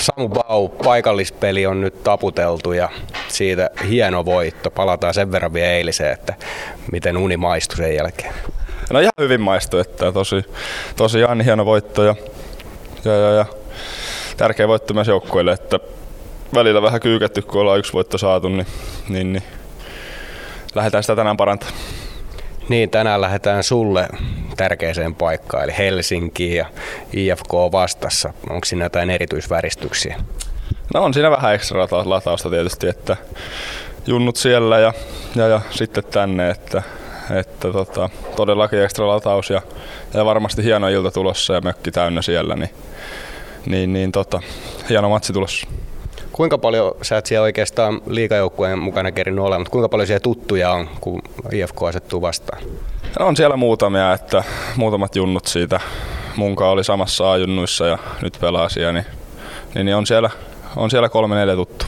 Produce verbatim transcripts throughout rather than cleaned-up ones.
Samu Bau, paikallispeli on nyt taputeltu ja siitä hieno voitto. Palataan sen verran vielä eiliseen, että miten uni maistui sen jälkeen. No ihan hyvin maistui, että tosi, tosiaan hieno voitto ja, ja, ja, ja tärkeä voitto myös joukkueille, että välillä vähän kyykätty, kun ollaan yksi voitto saatu, niin, niin, niin lähdetään sitä tänään parantamaan. Niin, tänään lähdetään sulle tärkeäseen paikkaan, eli Helsinkiin ja I F K vastassa. Onko siinä jotain erityisväristyksiä? No on siinä vähän ekstra latausta tietysti, että junnut siellä ja, ja, ja sitten tänne, että, että tota, todellakin ekstra lataus ja, ja varmasti hieno ilta tulossa ja mökki täynnä siellä, niin, niin, niin tota, hieno matsi tulossa. Kuinka paljon, sä et siellä oikeastaan liigajoukkueen mukana kerinyt olemaan, mutta kuinka paljon siellä tuttuja on, kun I F K asettuu vastaan? No on siellä muutamia, että muutamat junnut siitä munkaan oli samassa A-junnuissa ja nyt pelaa siellä, niin, niin on siellä, on siellä kolme neljä tuttu.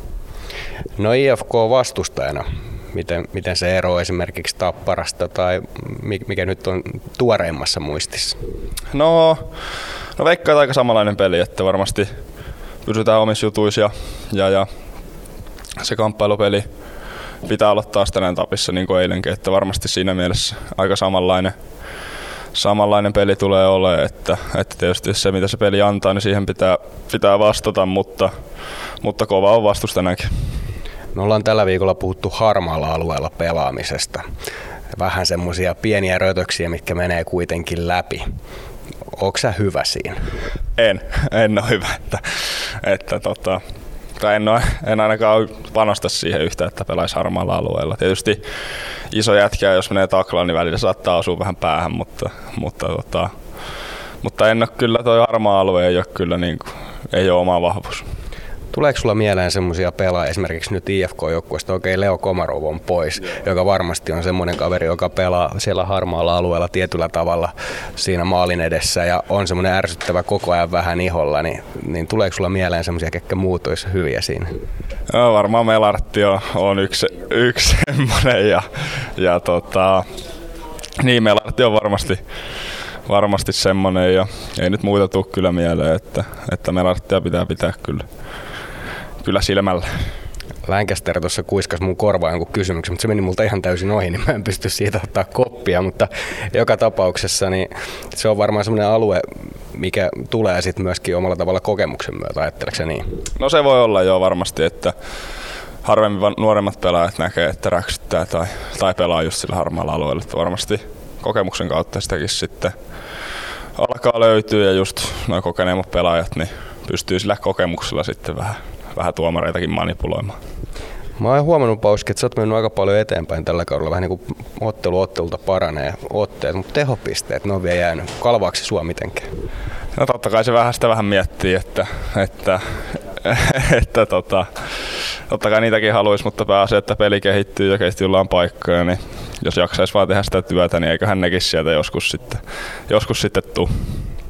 No I F K vastustajana, miten, miten se ero esimerkiksi Tapparasta tai mikä nyt on tuoreimmassa muistissa? No, no veikkaan aika samanlainen peli, että varmasti pysytään omissa jutuissa ja, ja, ja se kamppailupeli pitää olla taas tänään tapissa niin kuin eilenkin, että varmasti siinä mielessä aika samanlainen, samanlainen peli tulee olemaan, että, että tietysti se mitä se peli antaa, niin siihen pitää, pitää vastata, mutta, mutta kova on vastus tänäänkin. Me ollaan tällä viikolla puhuttu harmaalla alueella pelaamisesta. Vähän semmoisia pieniä rötöksiä, mitkä menee kuitenkin läpi. Ootko sä hyvä siinä? En, en ole hyvä, että, että tota, en, ole, en ainakaan panosta siihen yhtään, että pelaisi harmaalla alueella. Tietysti iso jätkä, jos menee taklaan, niin välillä saattaa osua vähän päähän, mutta, mutta, tota, mutta en ole kyllä, toi harmaa alue ei ole kyllä niin kuin, ei ole oma vahvuus. Tuleeko sulla mieleen semmoisia pelaajia, esimerkiksi nyt I F K-joukkueesta, okei Leo Komarov on pois, yeah. joka varmasti on semmoinen kaveri, joka pelaa siellä harmaalla alueella tietyllä tavalla siinä maalin edessä ja on semmoinen ärsyttävä koko ajan vähän iholla, niin, niin tuleeko sulla mieleen semmoisia, ketkä muut olisi hyviä siinä? No, varmaan Melartti on, on yksi, yksi semmoinen ja, ja tota, niin Melartti on varmasti, varmasti semmoinen ja ei nyt muita tule kyllä mieleen, että, että Melarttia pitää pitää kyllä. Kyllä silmällä. Lancaster tuossa kuiskasi mun korvaan jonkun kysymyksen, mutta se meni multa ihan täysin ohi, niin mä en pysty siitä ottaa koppia, mutta joka tapauksessa niin se on varmaan semmoinen alue, mikä tulee sitten myöskin omalla tavalla kokemuksen myötä, ajatteleksä sä niin? No se voi olla jo varmasti, että harvemmin nuoremmat pelaajat näkee, että räksyttää tai, tai pelaa just sillä harmaalla alueella, että varmasti kokemuksen kautta sitäkin sitten alkaa löytyä ja just nuo kokeneemmat pelaajat niin pystyy sillä kokemuksella sitten vähän vähän tuomareitakin manipuloimaan. Mä oon huomannut, Pauski, että sä oot mennyt aika paljon eteenpäin tällä kaudella. Vähän niin kuin ottelu ottelulta paranee otteet, mutta tehopisteet, ne on vielä jäänyt. Kalvaako se sua mitenkään? No totta kai se vähän sitä vähän miettii, että, että, että tota, totta kai niitäkin haluaisi, mutta pääasia, että peli kehittyy ja kehittyy paikkoja, niin jos jaksaisi vaan tehdä sitä työtä, niin eiköhän nekin sieltä joskus sitten, joskus sitten tuu.